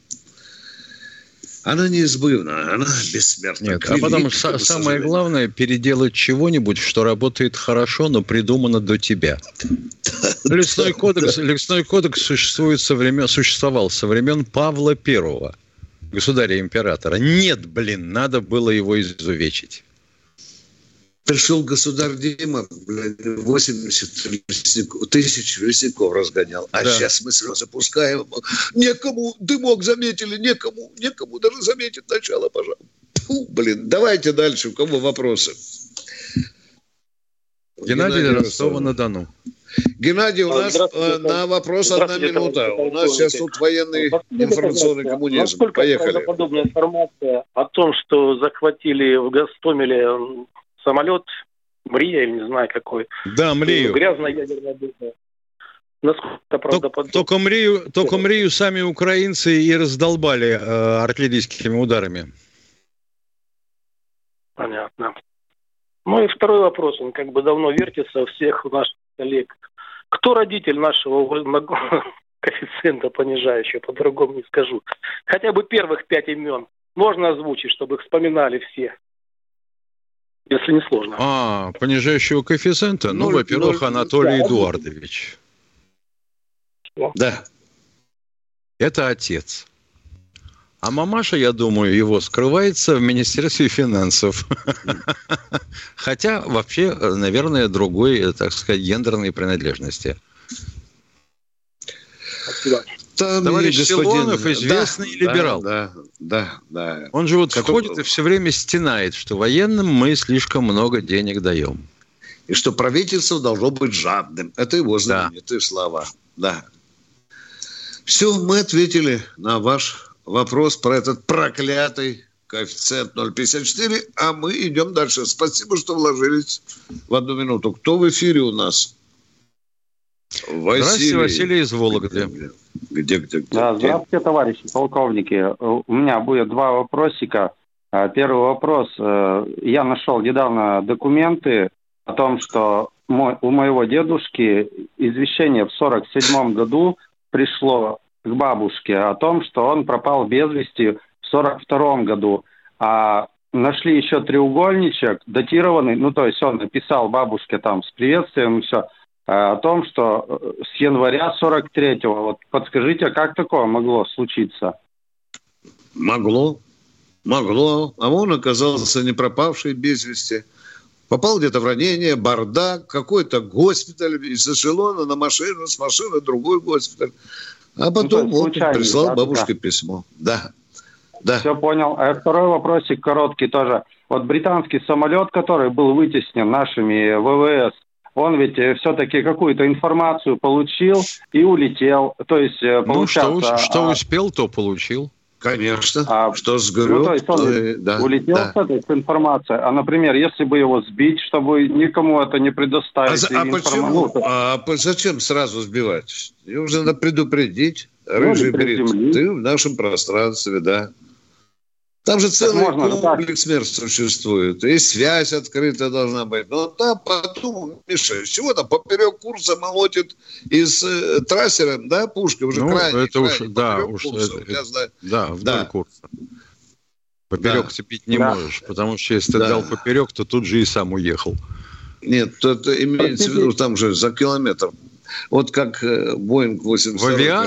она неизбывна, она бессмертна. Нет, а потом самое главное переделать чего-нибудь, что работает хорошо, но придумано до тебя. Лесной кодекс существовал со времен Павла I, государя-императора. Нет, надо было его изувечить. Пришел государь Дима, 80 тысяч лесников разгонял. А сейчас мы слезы пускаем. Некому, дымок заметили, некому даже заметить начало пожара. Давайте дальше. У кого вопросы? Геннадий Ростова-на-Дону. Геннадий, у нас на вопрос 1 минута. У нас сейчас тут военный информационный коммунизм. Насколько Поехали. подобная информация о том, что захватили в Гостомеле самолет Мрия, или не знаю какой. Да, Мрию. Грязная ядерная бомба. Насколько это правдоподобно? Только Мрию сами украинцы и раздолбали артиллерийскими ударами. Понятно. Ну и второй вопрос, он как бы давно вертится у всех наших коллег. Кто родитель нашего коэффициента понижающего, по-другому не скажу. Хотя бы первых 5 имен можно озвучить, чтобы их вспоминали все. Если не сложно. Понижающего коэффициента? Ну, во-первых, Анатолий Эдуардович. Да. Это отец. А мамаша, я думаю, его скрывается в Министерстве финансов. Хотя вообще, наверное, другой, так сказать, гендерной принадлежности. Спасибо. Товарищ Силуанов известный либерал. Да. Он же вот ходит и все время стенает, что военным мы слишком много денег даем. И что правительство должно быть жадным. Это его знаменитые слова. Да. Все, мы ответили на ваш вопрос про этот проклятый коэффициент 0,54, а мы идем дальше. Спасибо, что вложились в 1 минуту. Кто в эфире у нас? Здравствуйте, Василий из Вологды. Где? Здравствуйте, товарищи полковники. У меня будет 2 вопросика. Первый вопрос. Я нашел недавно документы о том, что у моего дедушки извещение в 1947 году пришло к бабушке о том, что он пропал без вести в 1942 году. А нашли еще треугольничек, датированный, ну, то есть он написал бабушке там с приветствием и все, о том, что с января 43-го. Вот подскажите, как такое могло случиться? Могло. А он оказался не пропавший без вести. Попал где-то в ранение, бардак, какой-то госпиталь, из эшелона на машину, с машины другой госпиталь. А потом вот прислал бабушке письмо. Да. Все понял. А второй вопросик короткий тоже. Вот британский самолет, который был вытеснен нашими ВВС, он ведь все-таки какую-то информацию получил и улетел. То есть, получается... что успел, то получил. Конечно. Что сгреб, то есть он улетел с этой информацией. А, например, если бы его сбить, чтобы никому это не предоставить. Почему? Зачем сразу сбивать? Его же надо предупредить. Рыжий берет. Ты в нашем пространстве, да. Там же целый комплекс мер существует. И связь открыта должна быть. Но там потом, Миша, чего там поперек курса молотит из трассера, да, пушка уже крайне. Это уж, да, уж вдоль курса. Поперек цепить не можешь, потому что если ты дал поперек, то тут же и сам уехал. Нет, тут имеется в виду, там же за километр. Вот как Боинг 82.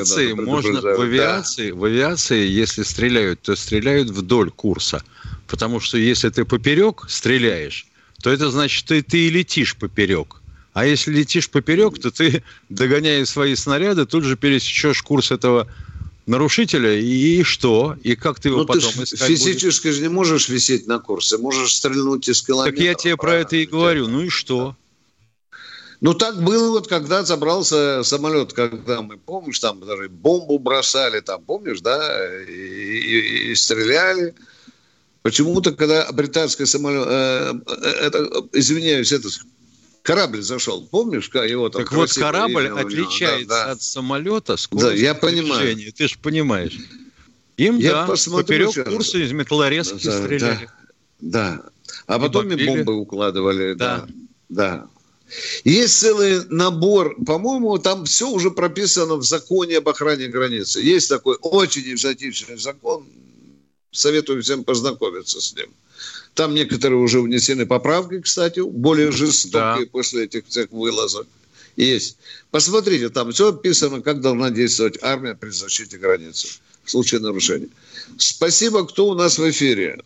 В авиации, если стреляют, то стреляют вдоль курса. Потому что если ты поперек стреляешь, то это значит, что ты и летишь поперек. А если летишь поперек, то ты, догоняя свои снаряды, тут же пересечешь курс этого нарушителя. И что? И как ты его потом искать физически же не можешь висеть на курсе. Можешь стрельнуть из километра. Так я тебе про это и говорю. Ну и что? Ну, так было вот, когда забрался самолет, когда мы, помнишь, там даже бомбу бросали, там, помнишь, да, и стреляли. Почему-то, когда британский самолет, этот корабль зашел, помнишь, как его там... Так вот, корабль отличается от самолета скоростью движения, ты же понимаешь. Им, поперек курса из металлорезки стреляли. Да. А потом и бомбы укладывали, да. Есть целый набор, по-моему, там все уже прописано в законе об охране границы. Есть такой очень экзотичный закон, советую всем познакомиться с ним. Там некоторые уже внесены поправки, кстати, более жестокие после этих всех вылазок. Есть. Посмотрите, там все описано, как должна действовать армия при защите границы в случае нарушения. Спасибо, кто у нас в эфире?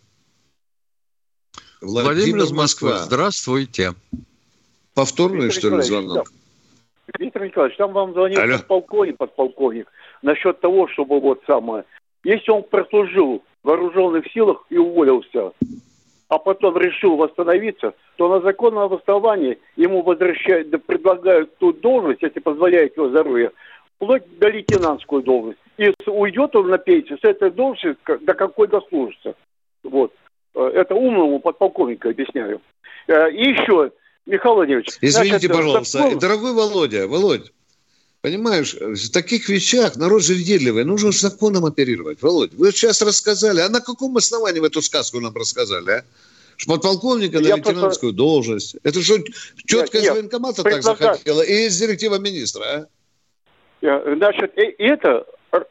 Владимир из Москвы. Здравствуйте. Повторный, что ли, звонок? Виктор Николаевич, там вам звонил подполковник, насчет того, чтобы если он прослужил в вооруженных силах и уволился, а потом решил восстановиться, то на законном основании ему предлагают ту должность, если позволяет его здоровье, вплоть до лейтенантскую должность. И уйдет он на пенсию с этой должности, до какой дослужится. Вот. Это умному подполковнику объясняю. И еще... Михаил Владимирович. Извините, пожалуйста. Дорогой Володь, понимаешь, в таких вещах народ же въедливый, нужно законом оперировать. Володь, вы сейчас рассказали, а на каком основании вы эту сказку нам рассказали, а? Что подполковника на лейтенантскую должность. Это что, четко из военкомата так захотела? И из директива министра, а? Значит, это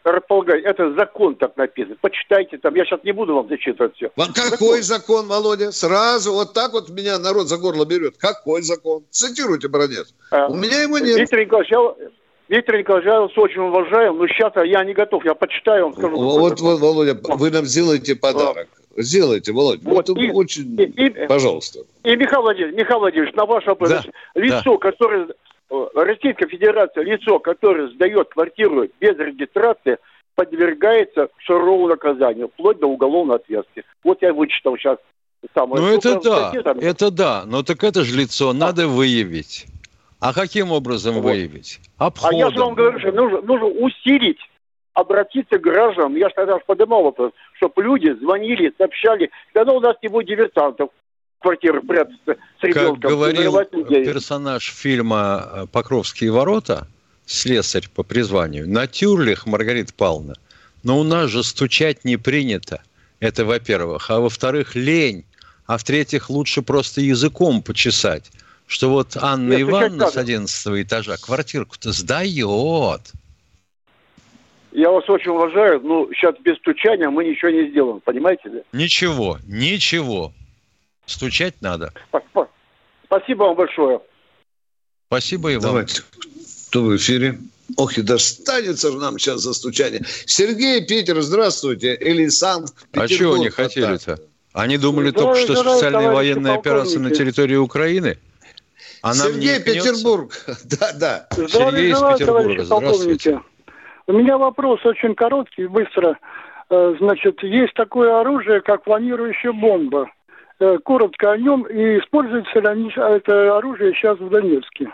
закон так написан. Почитайте там, я сейчас не буду вам зачитывать все. Какой закон, Володя? Сразу вот так вот меня народ за горло берет. Какой закон? Цитируйте, бронец. У меня его нет. Виктор Николаевич, я вас очень уважаю, но сейчас я не готов. Я почитаю, вам скажу. Вот, Володя, вы нам сделаете подарок. Сделайте, Володь. Пожалуйста. И Михаил Владимирович, на ваш вопрос. Лицо, которое... Российская Федерация, лицо, которое сдает квартиру без регистрации, подвергается суровому наказанию, вплоть до уголовной ответственности. Вот я вычитал сейчас самое. Ну это да, но так это же лицо надо выявить. А каким образом выявить? Обходом. А я же вам говорю, что нужно усилить, обратиться к гражданам. Я же тогда поднимал вопрос, чтобы люди звонили, сообщали, когда у нас не будет диверсантов. Квартиры прятаться с ребенком. Как говорил персонаж фильма «Покровские ворота», слесарь по призванию, на тюрлях, Маргарита Павловна, но у нас же стучать не принято. Это во-первых. А во-вторых, лень. А в-третьих, лучше просто языком почесать, что вот Анна Ивановна с 11 этажа квартирку-то сдает. Я вас очень уважаю, но сейчас без стучания мы ничего не сделаем, понимаете ли? Ничего. Стучать надо. Спасибо вам большое. Спасибо и вам. Давайте. Кто в эфире? Ох, и достанется же нам сейчас за стучание. Сергей, Питер, здравствуйте. Или Санкт-Петербург. А чего они хотели-то? Они думали только что специальная военная операция на территории Украины? А Сергей, Петербург. Да. Сергей из Петербурга. Здравствуйте. У меня вопрос очень короткий, быстро. Значит, есть такое оружие, как планирующая бомба. Коротко о нем. И используется ли это оружие сейчас в Донецке?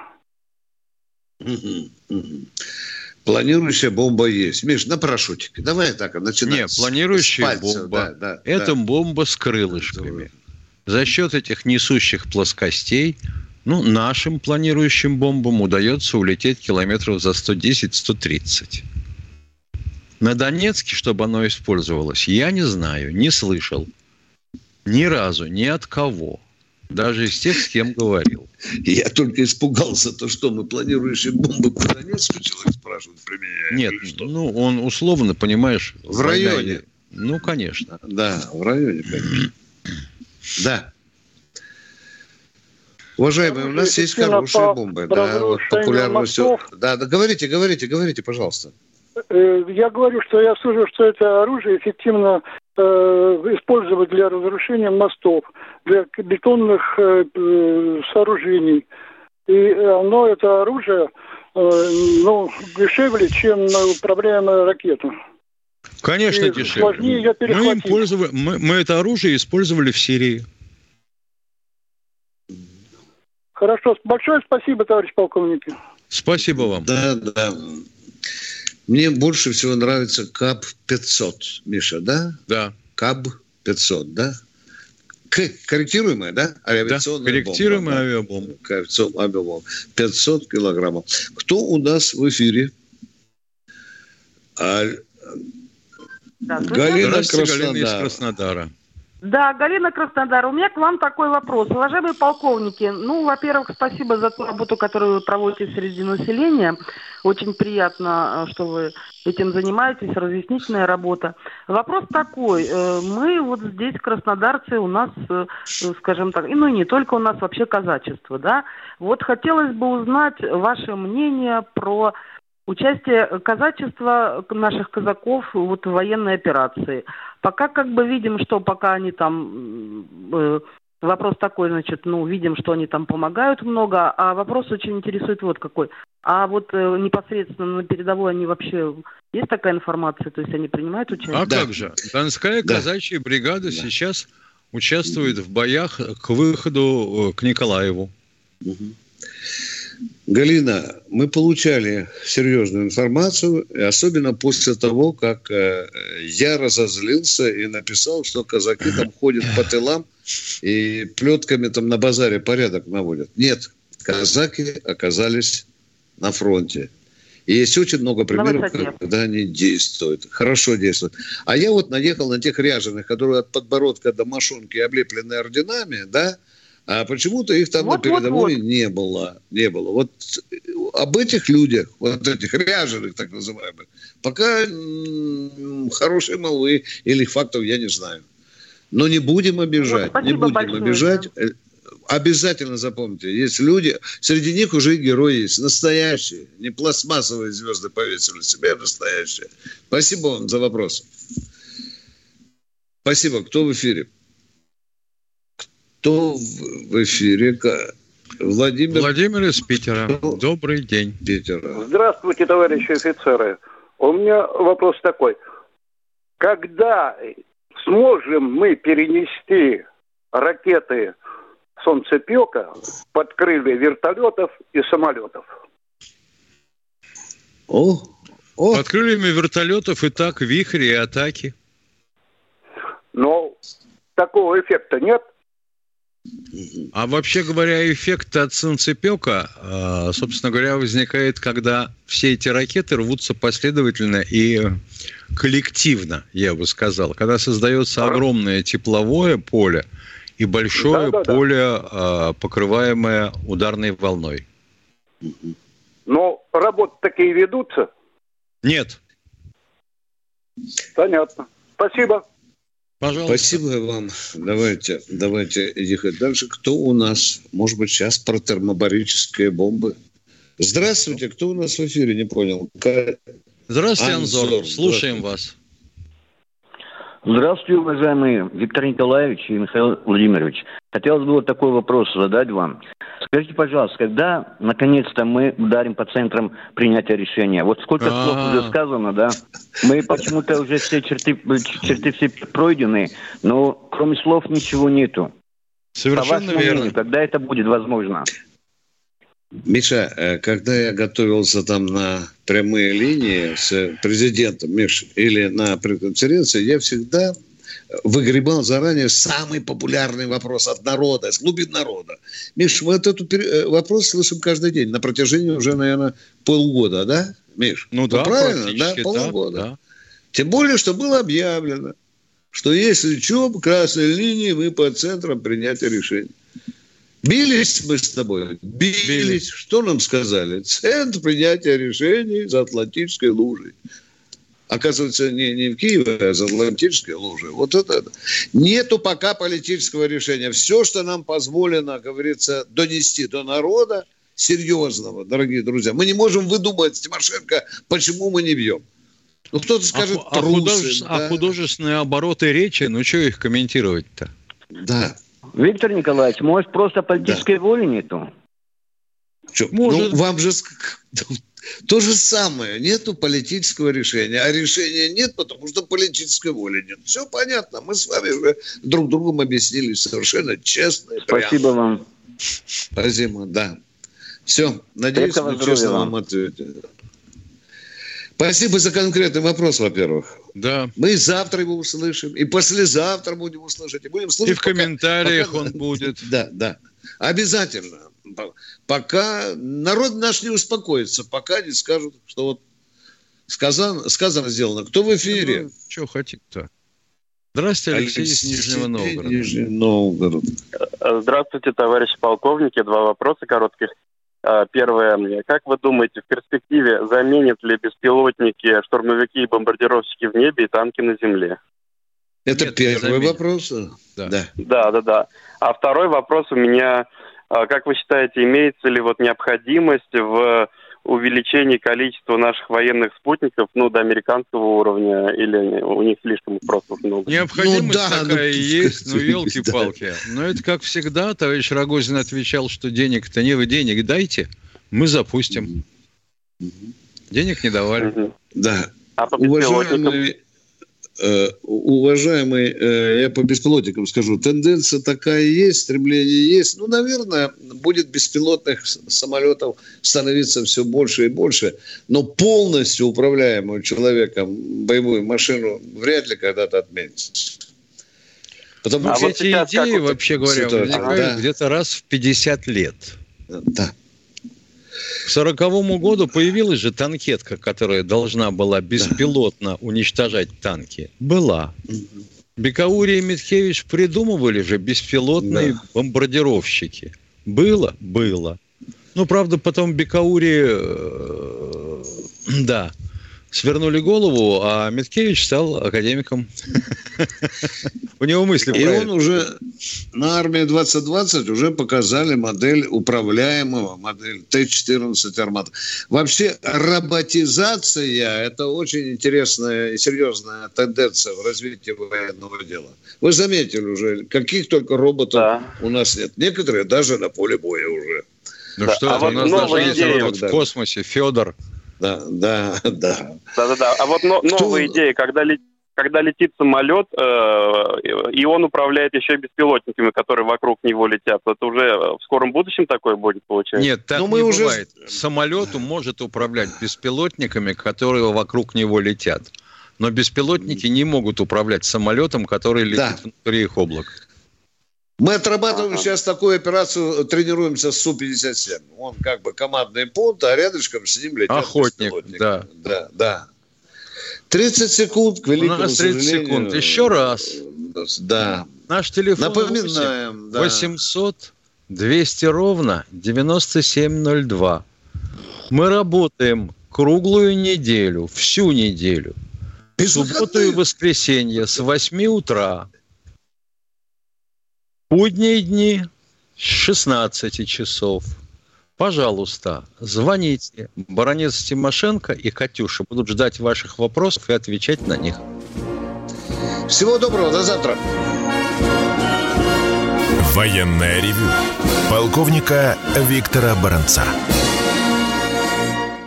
Планирующая бомба есть. Миш, на парашютике. Давай так начинаем. Нет, планирующая бомба. Это бомба с крылышками. За счет этих несущих плоскостей, нашим планирующим бомбам удается улететь километров за 110-130. На Донецке, чтобы оно использовалось, я не знаю, не слышал. Ни разу, ни от кого. Даже из тех, с кем говорил. Я только испугался, то что мы планирующие бомбы по Донецку, человек спрашивает, применяем. Нет, он условно, понимаешь... В районе. Конечно. Да, в районе, конечно. Да. Уважаемые, у нас есть хорошие бомбы. Да, вот популярностью... Да, говорите, пожалуйста. Я говорю, что я слышу, что это оружие эффективно использовать для разрушения мостов, для бетонных сооружений. И это оружие, дешевле, чем управляемая ракета. Конечно, дешевле. Сложнее ее перехватить. Мы это оружие использовали в Сирии. Хорошо. Большое спасибо, товарищ полковник. Спасибо вам. Да. Мне больше всего нравится КАБ-500, Миша, да? Да. КАБ-500, да? Корректируемая, да? Авиационная корректируемая авиабомба. Авиабомба. 500 килограммов. Кто у нас в эфире? Галина из Краснодара. Да, Галина, Краснодар. У меня к вам такой вопрос. Уважаемые полковники, во-первых, спасибо за ту работу, которую вы проводите среди населения. Очень приятно, что вы этим занимаетесь, разъяснительная работа. Вопрос такой. Мы вот здесь, краснодарцы, у нас, скажем так, и не только у нас, вообще казачество, да? Вот хотелось бы узнать ваше мнение про участие казачества наших казаков в военной операции. Пока видим, что пока они там... Вопрос такой, видим, что они там помогают много, а вопрос очень интересует вот какой. А вот непосредственно на передовой они вообще... Есть такая информация? То есть они принимают участие? А как же? Донская казачья бригада сейчас участвует в боях к выходу к Николаеву. Галина, мы получали серьезную информацию, особенно после того, как я разозлился и написал, что казаки там ходят по тылам и плетками там на базаре порядок наводят. Нет, казаки оказались на фронте. И есть очень много примеров, когда они действуют, хорошо действуют. А я вот наехал на тех ряженых, которые от подбородка до мошонки облеплены орденами, да, а почему-то их там на передовой не было. Вот об этих людях, вот этих ряженых так называемых, пока хорошей молвы или фактов я не знаю. Но не будем обижать. Да. Обязательно запомните, есть люди, среди них уже и герои есть, настоящие, не пластмассовые звезды повесили себе, а настоящие. Спасибо вам за вопрос. Спасибо. Кто в эфире? Кто в эфире? Владимир из Питера. Добрый день. Питера. Здравствуйте, товарищи офицеры. У меня вопрос такой. Когда сможем мы перенести ракеты солнцепека под крылья вертолетов и самолетов? Под крыльями вертолетов и так вихри и атаки. Но такого эффекта нет. А вообще говоря, эффект от солнцепека, собственно говоря, возникает, когда все эти ракеты рвутся последовательно и коллективно, я бы сказал. Когда создается огромное тепловое поле и большое поле, покрываемое ударной волной. Но работы такие ведутся? Нет. Понятно. Спасибо. Пожалуйста. Спасибо вам. Давайте ехать дальше. Кто у нас? Может быть, сейчас про термобарические бомбы? Здравствуйте. Кто у нас в эфире? Не понял. Здравствуйте, Анзор. Слушаем вас. Здравствуйте, уважаемые Виктор Николаевич и Михаил Владимирович. Хотелось бы вот такой вопрос задать вам. Скажите, пожалуйста, когда наконец-то мы ударим по центрам принятия решения? Вот сколько слов уже сказано, да? Мы почему-то уже все черты все пройдены, но кроме слов ничего нету. Совершенно верно. Когда это будет возможно? Миша, когда я готовился там на прямые линии с президентом, Миш, или на пресс-конференции, я всегда выгребал заранее самый популярный вопрос от народа, с глубин народа. Миш, мы этот вопрос слышим каждый день на протяжении уже, наверное, полгода, да, Миш? Ну да, правильно, да, полгода. Да. Тем более, что было объявлено, что если что, красной линии мы по центрам принятия решений. Бились мы с тобой? Бились. Что нам сказали? Центр принятия решений за Атлантической лужей. Оказывается, не в Киеве, а за Атлантической лужей. Вот это. Нету пока политического решения. Все, что нам позволено, говорится, донести до народа, серьезного, дорогие друзья. Мы не можем выдумать, Тимошенко, почему мы не бьем. Ну, кто-то скажет, трусы. Художественные обороты речи, ну, что их комментировать-то? Да. Виктор Николаевич, может, просто политической воли нету? Может. Ну, вам же то же самое. Нету политического решения. А решения нет, потому что политической воли нет. Все понятно. Мы с вами уже друг другу объяснили совершенно честно и прямо. Спасибо вам. Спасибо, да. Все. Надеюсь, мы честно вам ответили. Спасибо за конкретный вопрос, во-первых. Да. Мы завтра его услышим, и послезавтра будем услышать, и будем слушать. И в комментариях он будет. Да. Обязательно. Пока народ наш не успокоится, пока не скажут, что вот сказано, сделано. Кто в эфире? Что хотите-то? Здравствуйте, Алексей из Нижнего Новгорода. Нижний Новгород. Здравствуйте, товарищи полковники. 2 вопроса коротких. Первое. Как вы думаете, в перспективе заменят ли беспилотники, штурмовики и бомбардировщики в небе и танки на земле? Это первый вопрос? Да. А второй вопрос у меня. Как вы считаете, имеется ли вот необходимость в увеличении количества наших военных спутников, до американского уровня, или у них слишком просто много? Необходимость такая и есть, елки-палки. Но это как всегда, товарищ Рогозин отвечал, что денег-то не вы денег дайте, мы запустим. Денег не давали. Да. А по уважаемый, я по беспилотникам скажу, тенденция такая есть, стремление есть. Наверное, будет беспилотных самолетов становиться все больше и больше, но полностью управляемую человеком боевую машину вряд ли когда-то отменится. Потому что эти идеи, вообще говоря, возникают где-то раз в 50 лет. Да. К 1940 году появилась же танкетка, которая должна была беспилотно уничтожать танки. Была. Бекаури и Миткевич придумывали же беспилотные бомбардировщики. Было? Было. Правда, потом Бекаури, свернули голову, а Миткевич стал академиком. У него мысли правильные. И он уже на армии 2020 уже показали модель управляемого, модель Т-14 «Армата». Вообще роботизация – это очень интересная и серьезная тенденция в развитии военного дела. Вы заметили уже, каких только роботов у нас нет. Некоторые даже на поле боя уже. У нас даже есть робот в космосе, Федор. Да. А вот новая идея, когда летит самолет, и он управляет еще и беспилотниками, которые вокруг него летят. Это уже в скором будущем такое будет, получается? Нет, так не бывает. Самолету может управлять беспилотниками, которые вокруг него летят. Но беспилотники не могут управлять самолетом, который летит внутри их облака. Мы отрабатываем сейчас такую операцию, тренируемся с Су-57. Он как бы командный пункт, а рядышком с ним летят охотник, да. 30 секунд, к великому сожалению. 30 секунд. Еще раз. Да. Наш телефон. Напоминаем. 800-200-97-02. Мы работаем круглую неделю, всю неделю. В субботу и воскресенье с 8 утра. Будние дни с 16 часов. Пожалуйста, звоните. Баронец Тимошенко и Катюша будут ждать ваших вопросов и отвечать на них. Всего доброго, до завтра. Военное ревю полковника Виктора Баранца.